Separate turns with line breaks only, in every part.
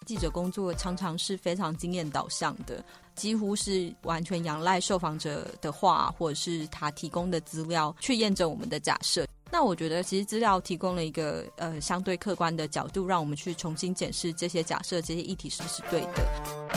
记者工作常常是非常经验导向的，几乎是完全仰赖受访者的话或者是他提供的资料去验证我们的假设。那我觉得其实资料提供了一个相对客观的角度，让我们去重新检视这些假设，这些议题是不是对的。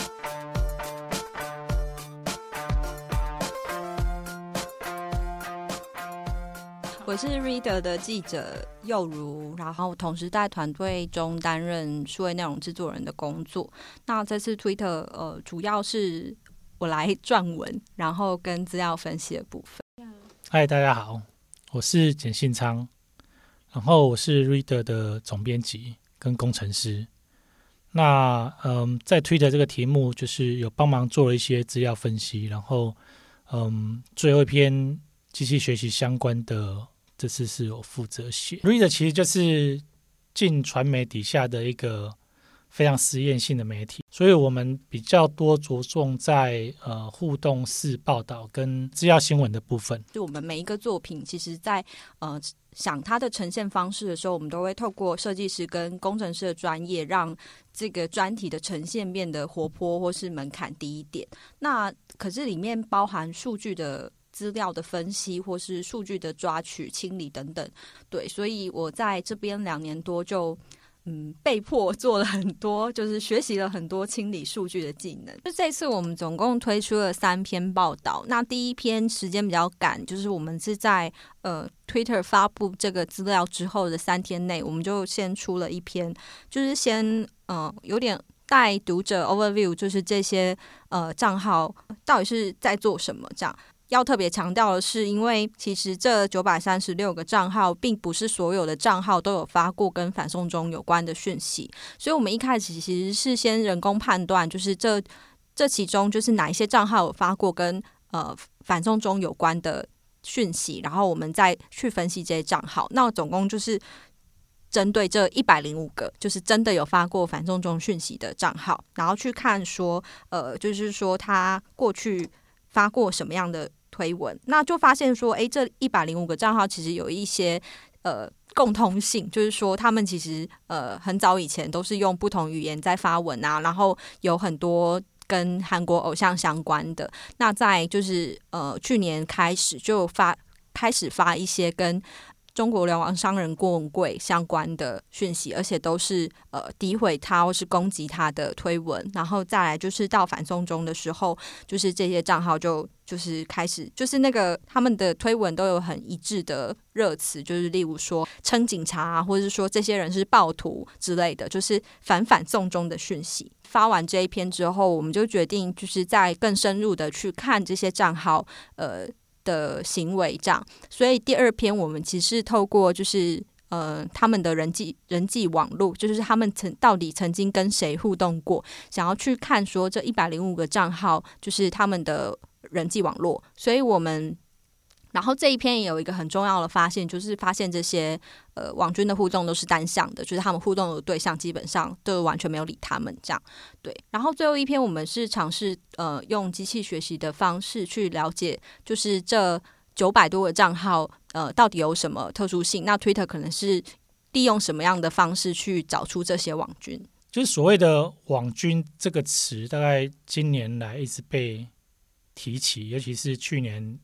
我是 Reader 的记者佑如，然后同时在团队中担任数位内容制作人的工作。那这次 Twitter 主要是我来撰文，然后跟资料分析的部分。
嗨，大家好，我是简信昌，然后我是 Reader 的总编辑跟工程师。那在 Twitter 这个题目就是有帮忙做了一些资料分析，然后最后一篇机器学习相关的这次是我负责写。Reader 其实就是镜传媒底下的一个非常实验性的媒体，所以我们比较多着重在互动式报道跟资料新闻的部分。
就我们每一个作品其实在想它的呈现方式的时候，我们都会透过设计师跟工程师的专业，让这个专题的呈现变得活泼或是门槛低一点。那可是里面包含数据的资料的分析或是数据的抓取清理等等。对，所以我在这边2年多就被迫做了很多，就是学习了很多清理数据的技能。就这次我们总共推出了3篇报道。那第一篇时间比较赶，就是我们是在Twitter 发布这个资料之后的3天内，我们就先出了一篇，就是先有点带读者 overview， 就是这些账号到底是在做什么这样。要特别强调的是，因为其实这936个账号并不是所有的账号都有发过跟反送中有关的讯息，所以我们一开始其实是先人工判断，就是这其中就是哪一些账号有发过跟反送中有关的讯息，然后我们再去分析这些账号。那总共就是针对这105个就是真的有发过反送中讯息的账号，然后去看说就是说他过去发过什么样的推文，那就发现说这105个账号其实有一些共通性，就是说他们其实很早以前都是用不同语言在发文啊，然后有很多跟韩国偶像相关的。那在就是去年开始就开始发一些跟中国流亡商人郭文贵相关的讯息，而且都是诋毁他或是攻击他的推文。然后再来就是到反送中的时候，就是这些账号就是开始，就是那个他们的推文都有很一致的热词，就是例如说称警察啊，或者是说这些人是暴徒之类的，就是反送中的讯息。发完这一篇之后，我们就决定就是再更深入的去看这些账号的行为这样。所以第2篇我们其实透过就是他们的人际网络，就是他们到底曾经跟谁互动过，想要去看说这105个账号就是他们的人际网络。所以我们然后这一篇也有一个很重要的发现，就是发现这些网军的互动都是单向的，就是他们互动的对象基本上都完全没有理他们这样。对，然后最后一篇我们是尝试用机器学习的方式去了解，就是这900多个账号到底有什么特殊性，那 Twitter 可能是利用什么样的方式去找出这些网军。
就是所谓的网军这个词大概今年来一直被提起，尤其是去年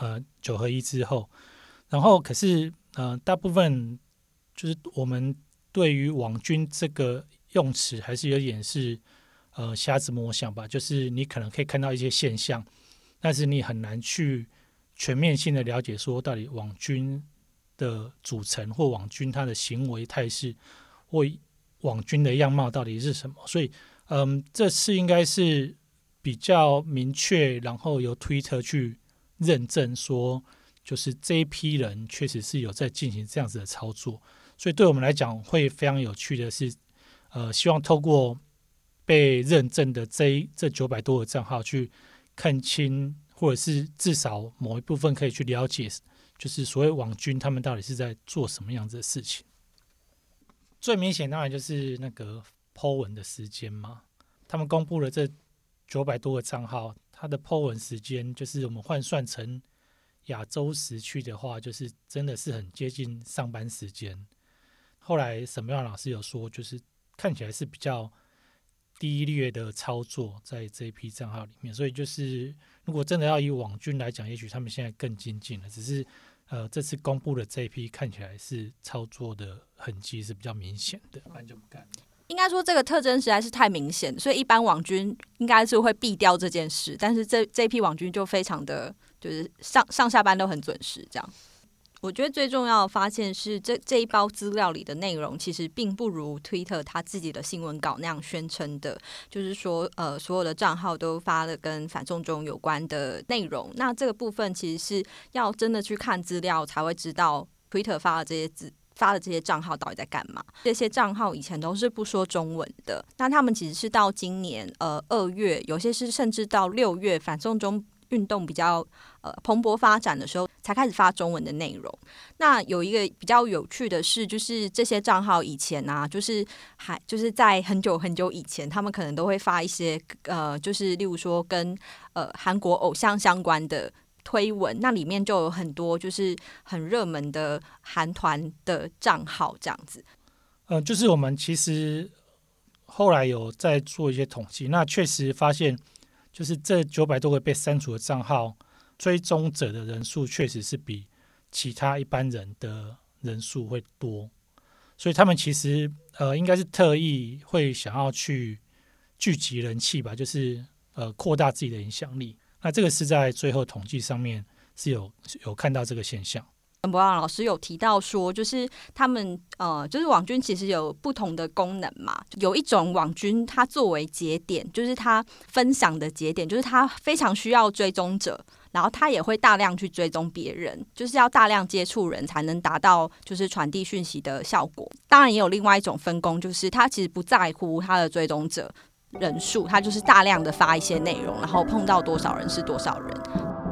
9合1之后，然后可是大部分就是我们对于网军这个用词还是有点是瞎子摸象吧，就是你可能可以看到一些现象，但是你很难去全面性的了解说到底网军的组成或网军他的行为态势或网军的样貌到底是什么。所以这次应该是比较明确，然后由 Twitter 去认证说就是这一批人确实是有在进行这样子的操作。所以对我们来讲会非常有趣的是希望透过被认证的这900多个账号去看清，或者是至少某一部分可以去了解，就是所谓网军他们到底是在做什么样子的事情。最明显当然就是那个 po 文的时间嘛，他们公布了这900多个账号，它的 po 文时间就是我们换算成亚洲时区的话，就是真的是很接近上班时间。后来沈妙老师有说，就是看起来是比较低劣的操作在这一批账号里面，所以就是如果真的要以网军来讲，也许他们现在更精进了，只是这次公布的这一批看起来是操作的痕迹是比较明显的，不然就不干了。
应该说这个特征实在是太明显，所以一般网军应该是会避掉这件事，但是这一批网军就非常的就是上下班都很准时这样。我觉得最重要的发现是这一包资料里的内容其实并不如 Twitter 他自己的新闻稿那样宣称的，就是说所有的账号都发了跟反送中有关的内容。那这个部分其实是要真的去看资料才会知道 Twitter 发的这些账号到底在干嘛。这些账号以前都是不说中文的，那他们其实是到今年2月，有些是甚至到6月反送中运动比较蓬勃发展的时候才开始发中文的内容。那有一个比较有趣的是，就是这些账号以前啊，就是在很久很久以前，他们可能都会发一些就是例如说跟韩国偶像相关的推文，那里面就有很多就是很热门的韩团的账号这样子。
就是我们其实后来有在做一些统计，那确实发现就是这900多个被删除的账号，追踪者的人数确实是比其他一般人的人数会多，所以他们其实应该是特意会想要去聚集人气吧，就是扩大自己的影响力。那这个是在最后统计上面是有看到这个现象。
陈博朗老师有提到说，就是他们就是网军其实有不同的功能嘛。有一种网军，它作为节点，就是他分享的节点，就是他非常需要追踪者，然后他也会大量去追踪别人，就是要大量接触人才能达到就是传递讯息的效果。当然也有另外一种分工，就是他其实不在乎他的追踪者人数，他就是大量的发一些内容，然后碰到多少人是多少人。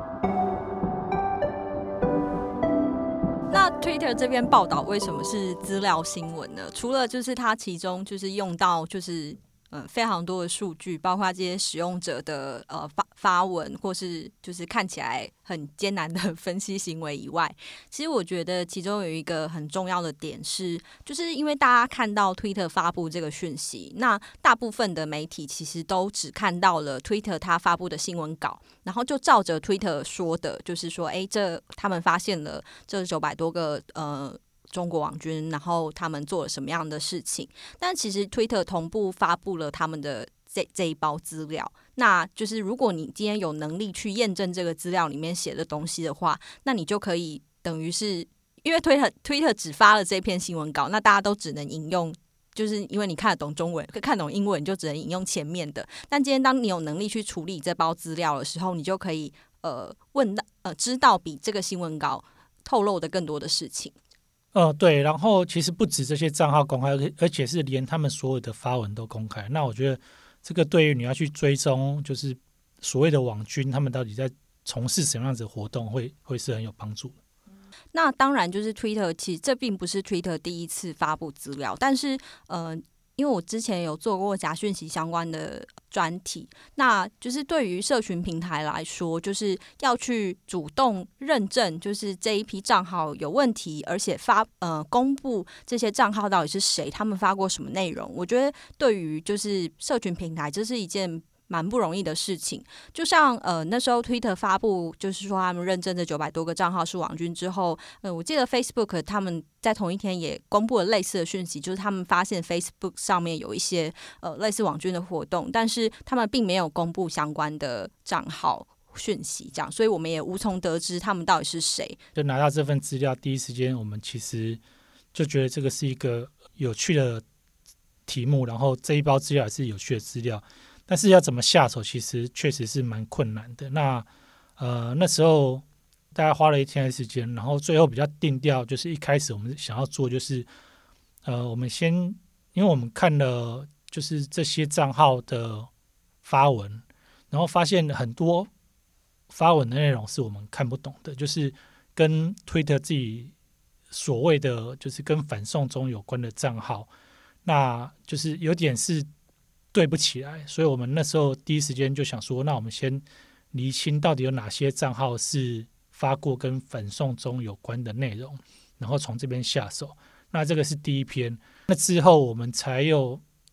那 Twitter 这边报道为什么是资料新闻呢？除了就是它其中就是用到就是非常多的数据，包括这些使用者的发文，或是就是看起来很艰难的分析行为以外，其实我觉得其中有一个很重要的点是，就是因为大家看到 Twitter 发布这个讯息，那大部分的媒体其实都只看到了 Twitter 它发布的新闻稿，然后就照着 Twitter 说的，就是说，他们发现了这900多个中国网军，然后他们做了什么样的事情？但其实 Twitter 同步发布了他们的这一包资料，那就是如果你今天有能力去验证这个资料里面写的东西的话，那你就可以等于是因为 Twitter 只发了这篇新闻稿，那大家都只能引用。就是因为你看得懂中文，看懂英文，你就只能引用前面的。但今天当你有能力去处理这包资料的时候，你就可以知道比这个新闻稿透露的更多的事情。
对，然后其实不止这些账号公开，而且是连他们所有的发文都公开。那我觉得这个对于你要去追踪，就是所谓的网军他们到底在从事什么样子的活动，会是很有帮助的。
那当然，就是 Twitter， 其实这并不是 Twitter 第一次发布资料，但是因为我之前有做过假讯息相关的专题，那就是对于社群平台来说，就是要去主动认证，就是这一批账号有问题，而且公布这些账号到底是谁，他们发过什么内容。我觉得对于就是社群平台，这是一件蛮不容易的事情。就像那时候 Twitter 发布就是说他们认证这900多个账号是网军之后，我记得 Facebook 他们在同一天也公布了类似的讯息，就是他们发现 Facebook 上面有一些类似网军的活动，但是他们并没有公布相关的账号讯息，这样，所以我们也无从得知他们到底是谁。
就拿到这份资料，第一时间我们其实就觉得这个是一个有趣的题目，然后这一包资料也是有趣的资料。但是要怎么下手，其实确实是蛮困难的。那时候大概花了1天的时间，然后最后比较定调，就是一开始我们想要做，就是我们先，因为我们看了就是这些账号的发文，然后发现很多发文的内容是我们看不懂的，就是跟 Twitter 自己所谓的就是跟反送中有关的账号，那就是有点是对不起来，所以我们那时候第一时间就想说，那我们先厘清到底有哪些账号是发过跟反送中有关的内容，然后从这边下手。那这个是第一篇，那之后我们才有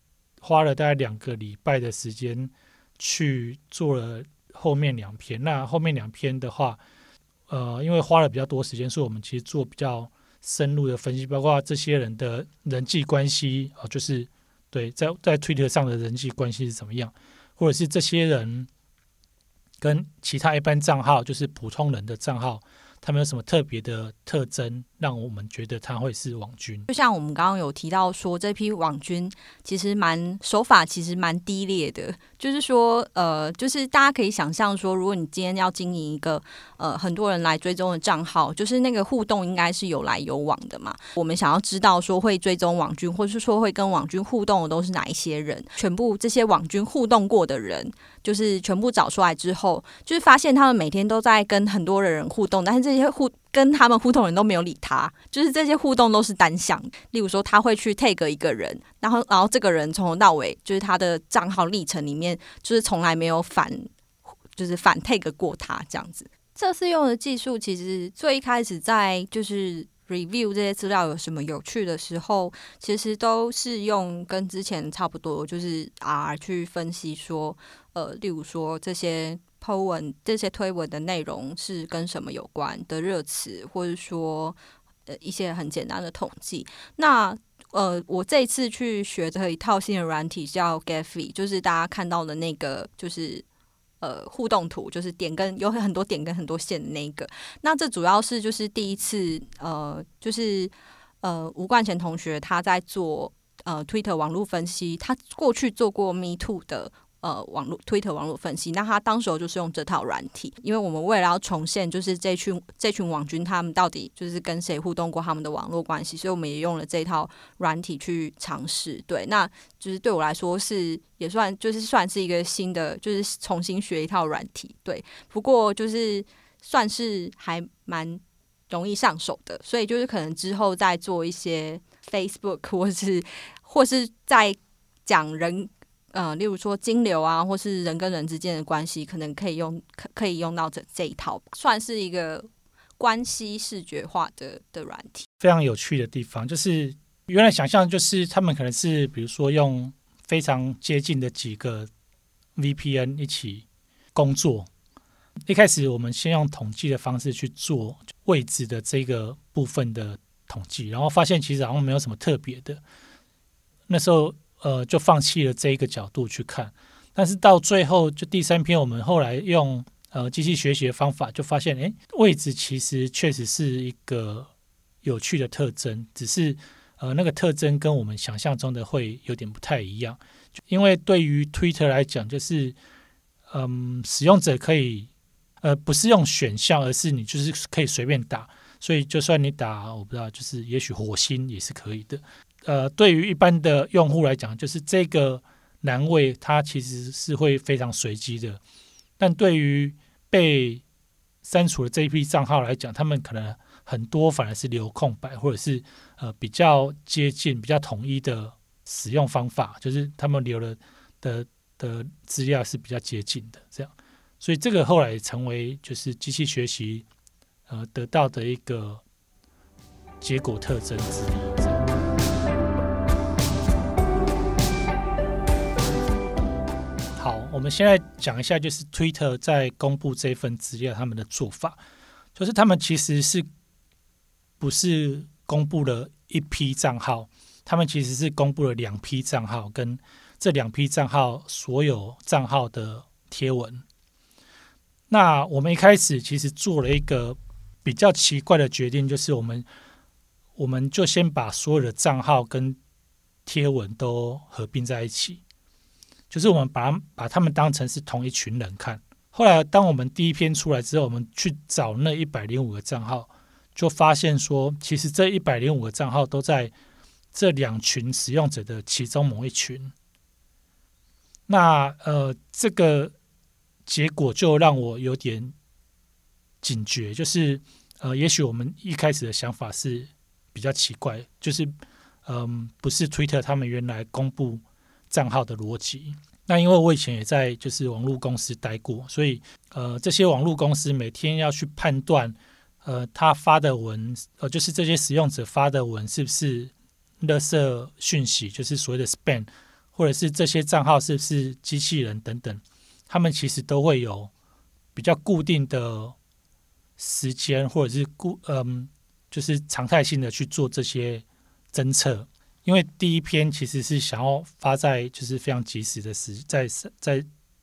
花了大概2个礼拜的时间去做了后面2篇。那后面2篇的话，因为花了比较多时间，所以我们其实做比较深入的分析，包括这些人的人际关系，就是对在 Twitter 上的人际关系是怎么样，或者是这些人跟其他一般账号，就是普通人的账号，他们有什么特别的特征，让我们觉得他会是网军。
就像我们刚刚有提到说，这批网军其实手法其实蛮低劣的，就是说就是大家可以想象说，如果你今天要经营一个很多人来追踪的账号，就是那个互动应该是有来有往的嘛。我们想要知道说会追踪网军，或是说会跟网军互动的都是哪一些人，全部这些网军互动过的人，就是全部找出来之后，就是发现他们每天都在跟很多的人互动，但是这些跟他们互动的人都没有理他，就是这些互动都是单向。例如说，他会去 tag 一个人，然后这个人从头到尾，就是他的账号历程里面，就是从来没有反 tag 过他这样子。这次用的技术其实最一开始在就是 review 这些资料有什么有趣的时候，其实都是用跟之前差不多，就是 R 去分析说，例如说这些 po 文、这些推文的内容是跟什么有关的热词，或者说一些很简单的统计。那我这一次去学的一套新的软体叫 Gephi， 就是大家看到的那个就是互动图，就是有很多点跟很多线的那个。那这主要是就是第一次就是吴冠前同学他在做Twitter 网络分析，他过去做过 Me Too 的Twitter 网络分析，那他当时就是用这套软体，因为我们为了要重现就是这群网军他们到底就是跟谁互动过他们的网络关系，所以我们也用了这套软体去尝试。对，那就是对我来说也算是一个新的，就是重新学一套软体。对，不过就是算是还蛮容易上手的，所以就是可能之后再做一些 Facebook 或是在讲人。例如说金流啊，或是人跟人之间的关系，可能可以用到这一套吧，算是一个关系视觉化的软体。
非常有趣的地方就是原来想象就是他们可能是比如说用非常接近的几个 VPN 一起工作。一开始我们先用统计的方式去做位置的这个部分的统计，然后发现其实好像没有什么特别的。那时候就放弃了这一个角度去看，但是到最后就第3篇，我们后来用机器学习的方法，就发现，位置其实确实是一个有趣的特征，只是那个特征跟我们想象中的会有点不太一样。因为对于 Twitter 来讲，就是使用者可以不是用选项，而是你就是可以随便打，所以就算你打我不知道，就是也许火星也是可以的。对于一般的用户来讲，就是这个栏位它其实是会非常随机的，但对于被删除的这一批账号来讲，他们可能很多反而是留空白，或者是比较接近、比较统一的使用方法，就是他们留了的资料是比较接近的，这样，所以这个后来成为就是机器学习得到的一个结果特征之一。好，我们现在讲一下，就是 Twitter 在公布这份资料，他们的做法，就是他们其实是不是公布了一批账号，他们其实是公布了2批账号，跟这2批账号所有账号的贴文。那我们一开始其实做了一个比较奇怪的决定，就是我们就先把所有的账号跟贴文都合并在一起。就是我们把他们当成是同一群人看。后来当我们第一篇出来之后，我们去找那105个账号，就发现说其实这105个账号都在这2群使用者的其中某一群。那这个结果就让我有点警觉，就是也许我们一开始的想法是比较奇怪，就是不是 Twitter 他们原来公布账号的逻辑。那因为我以前也在就是网络公司待过，所以这些网络公司每天要去判断他发的文就是这些使用者发的文是不是垃圾讯息，就是所谓的 spam， 或者是这些账号是不是机器人等等，他们其实都会有比较固定的时间，或者是就是常态性的去做这些侦测。因为第一篇其实是想要发在就是非常及时的在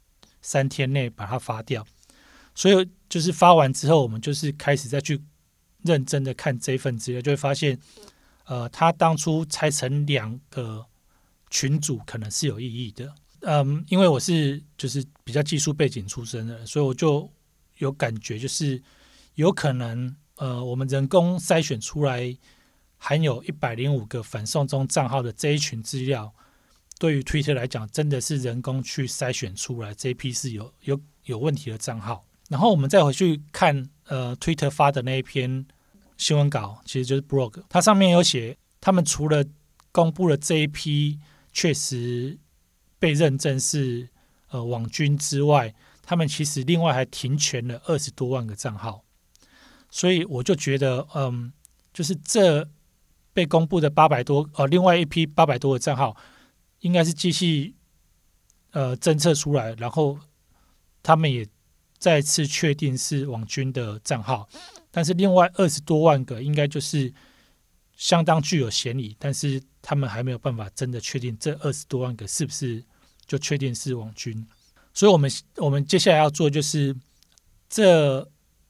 3天内把它发掉，所以就是发完之后，我们就是开始再去认真的看这份资料，就会发现，他当初拆成2个群组可能是有意义的。因为我是就是比较技术背景出身的，所以我就有感觉，就是有可能我们人工筛选出来含有105个反送中账号的这一群资料，对于 Twitter 来讲，真的是人工去筛选出来这一批是有问题的账号。然后我们再回去看Twitter 发的那一篇新闻稿，其实就是 blog， 它上面有写，他们除了公布了这一批确实被认证是网军之外，他们其实另外还停权了20多万个账号。所以我就觉得就是这被公布的800多另外一批800多个账号应该是机器侦测出来，然后他们也再次确定是网军的账号，但是另外20多万个应该就是相当具有嫌疑，但是他们还没有办法真的确定这20多万个是不是就确定是网军。所以我们接下来要做就是这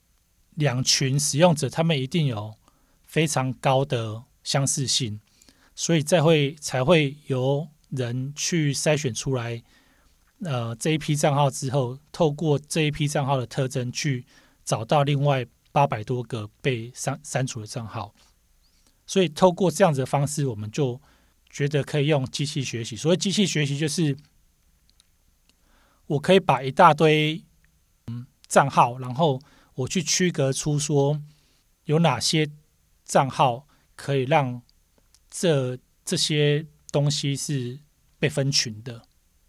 2群使用者他们一定有非常高的相似性，所以才会由人去筛选出来这一批账号之后，透过这一批账号的特征去找到另外800多个被删除的账号。所以透过这样子的方式，我们就觉得可以用机器学习。所谓机器学习，就是我可以把一大堆账号，然后我去区隔出说有哪些账号可以让这些东西是被分群的。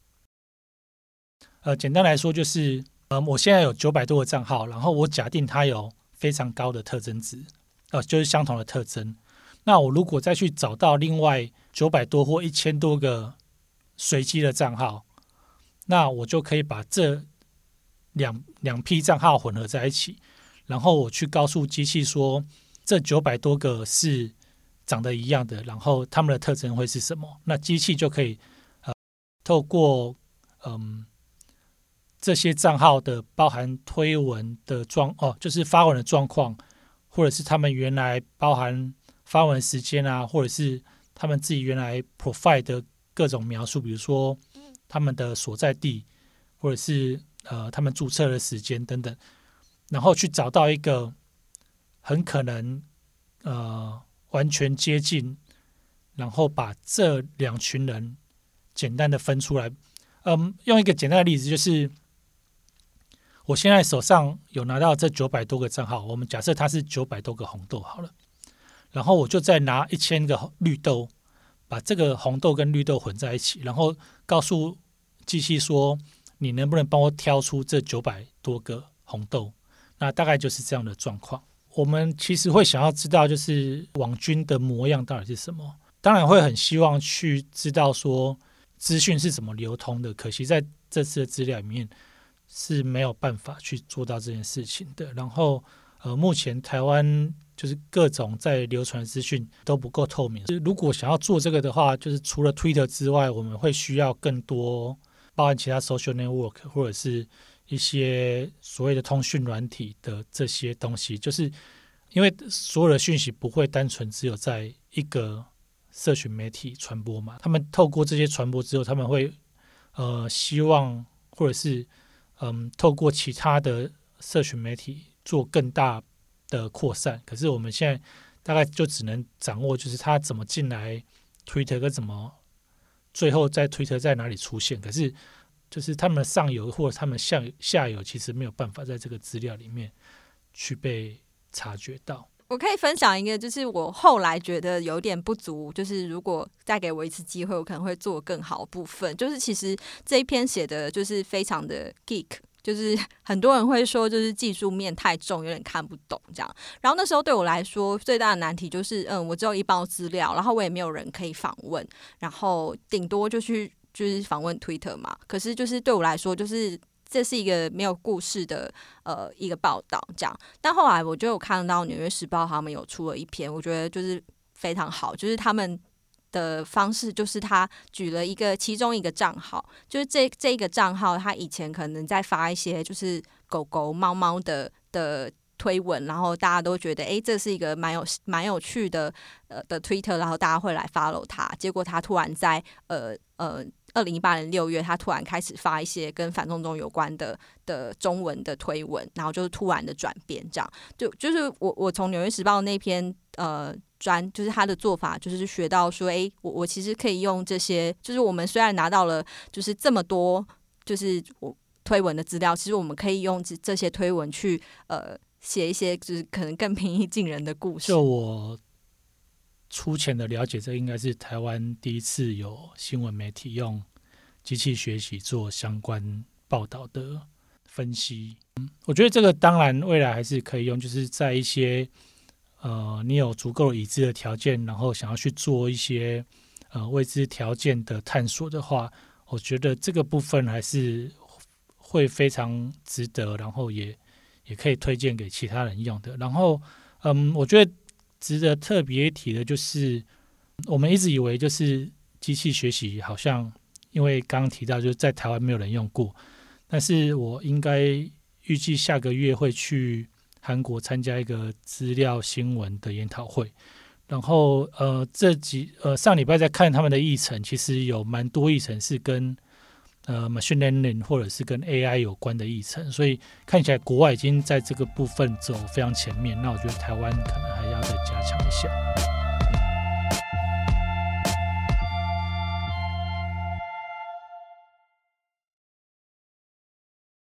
简单来说就是我现在有900多个账号，然后我假定它有非常高的特征值，就是相同的特征。那我如果再去找到另外900多或1000多个随机的账号，那我就可以把这两批账号混合在一起，然后我去告诉机器说这900多个是长得一样的，然后它们的特征会是什么。那机器就可以透过这些账号的包含推文的就是发文的状况，或者是他们原来包含发文时间啊，或者是他们自己原来 profile 的各种描述，比如说他们的所在地，或者是他们注册的时间等等，然后去找到一个很可能完全接近，然后把这2群人简单的分出来。用一个简单的例子，就是我现在手上有拿到这900多个账号，我们假设它是900多个红豆好了，然后我就再拿1000个绿豆，把这个红豆跟绿豆混在一起，然后告诉机器说你能不能帮我挑出这900多个红豆。那大概就是这样的状况。我们其实会想要知道就是网军的模样到底是什么，当然会很希望去知道说资讯是怎么流通的，可惜在这次的资料里面是没有办法去做到这件事情的。然后目前台湾就是各种在流传资讯都不够透明，如果想要做这个的话，就是除了 Twitter 之外，我们会需要更多包含其他 social network 或者是一些所谓的通讯软体的这些东西，就是因为所有的讯息不会单纯只有在一个社群媒体传播嘛，他们透过这些传播之后，他们会希望或者是透过其他的社群媒体做更大的扩散。可是我们现在大概就只能掌握就是他怎么进来 Twitter 跟怎么最后在 Twitter 在哪里出现，可是就是他们的上游或者他们下游其实没有办法在这个资料里面去被察觉到。
我可以分享一个，就是我后来觉得有点不足，就是如果再给我一次机会，我可能会做更好的部分。就是其实这一篇写的就是非常的 geek， 就是很多人会说就是技术面太重，有点看不懂这样。然后那时候对我来说最大的难题就是我只有一包资料，然后我也没有人可以访问，然后顶多就去就是访问 Twitter 嘛，可是就是对我来说，就是这是一个没有故事的一个报道这样。但后来我就有看到《纽约时报》他们有出了一篇，我觉得就是非常好，就是他们的方式就是他举了其中一个账号，就是这一个账号，他以前可能在发一些就是狗狗、猫猫的推文，然后大家都觉得这是一个蛮有趣的Twitter， 然后大家会来 follow 他。结果他突然在2018年6月，他突然开始发一些跟反送中有关的中文的推文，然后就是突然的转变，这样就是我从《纽约时报》那篇就是他的做法，就是学到说，我其实可以用这些，就是我们虽然拿到了就是这么多就是推文的资料，其实我们可以用这些推文去写一些就是可能更平易近人的故事。
就我粗浅的了解，这应该是台湾第一次有新闻媒体用机器学习做相关报道的分析。我觉得这个当然未来还是可以用，就是在一些你有足够已知的条件，然后想要去做一些未知条件的探索的话，我觉得这个部分还是会非常值得，然后也可以推荐给其他人用的。然后我觉得值得特别提的就是，我们一直以为就是机器学习好像因为刚刚提到就是在台湾没有人用过，但是我应该预计下个月会去韩国参加一个资料新闻的研讨会，然后上礼拜在看他们的议程，其实有蛮多议程是跟machine learning 或者是跟 AI 有关的议程，所以看起来国外已经在这个部分走非常前面，那我觉得台湾可能还要再加强一下。